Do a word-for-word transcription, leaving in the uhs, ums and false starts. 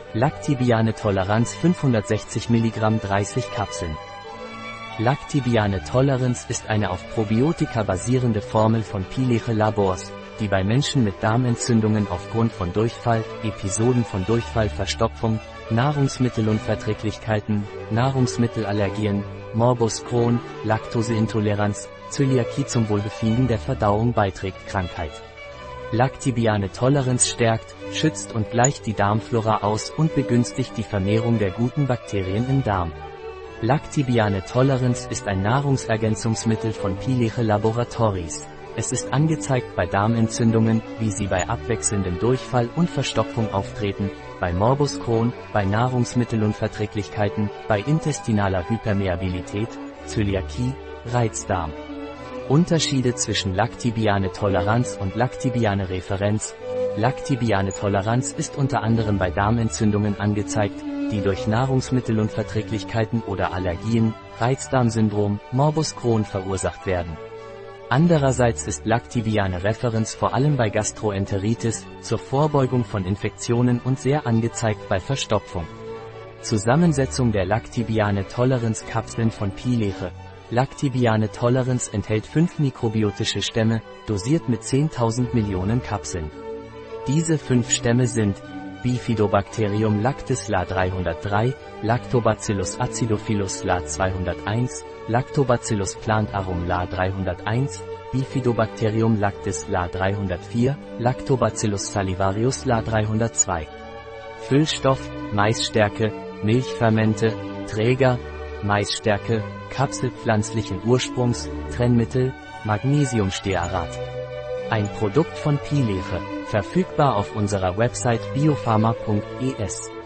Lactibiane Toleranz fünfhundertsechzig Milligramm dreißig Kapseln. Lactibiane Toleranz ist eine auf Probiotika basierende Formel von Pileche Labors, die bei Menschen mit Darmentzündungen aufgrund von Durchfall, Episoden von Durchfall, Verstopfung, Nahrungsmittelunverträglichkeiten, Nahrungsmittelallergien, Morbus Crohn, Laktoseintoleranz, Zöliakie zum Wohlbefinden der Verdauung beiträgt. Krankheit. Lactibiane Toleranz stärkt, schützt und gleicht die Darmflora aus und begünstigt die Vermehrung der guten Bakterien im Darm. Lactibiane Toleranz ist ein Nahrungsergänzungsmittel von Pileche Laboratories. Es ist angezeigt bei Darmentzündungen, wie sie bei abwechselndem Durchfall und Verstopfung auftreten, bei Morbus Crohn, bei Nahrungsmittelunverträglichkeiten, bei intestinaler Hypermeabilität, Zöliakie, Reizdarm. Unterschiede zwischen Lactibiane Toleranz und Lactibiane Referenz. Lactibiane Toleranz ist unter anderem bei Darmentzündungen angezeigt, die durch Nahrungsmittelunverträglichkeiten oder Allergien, Reizdarmsyndrom, Morbus Crohn verursacht werden. Andererseits ist Lactibiane Referenz vor allem bei Gastroenteritis, zur Vorbeugung von Infektionen und sehr angezeigt bei Verstopfung. Zusammensetzung der Lactibiane Toleranz Kapseln von Pileche. Lactibiane Toleranz enthält fünf mikrobiotische Stämme, dosiert mit zehntausend Millionen Kapseln. Diese fünf Stämme sind Bifidobacterium lactis L A dreihundertdrei, Lactobacillus acidophilus L A zweihunderteins, Lactobacillus plantarum L A dreihunderteins, Bifidobacterium lactis L A dreihundertvier, Lactobacillus salivarius L A dreihundertzwei. Füllstoff, Maisstärke, Milchfermente, Träger, Maisstärke, Kapsel pflanzlichen Ursprungs, Trennmittel, Magnesiumstearat. Ein Produkt von Pileche, verfügbar auf unserer Website biopharma punkt es.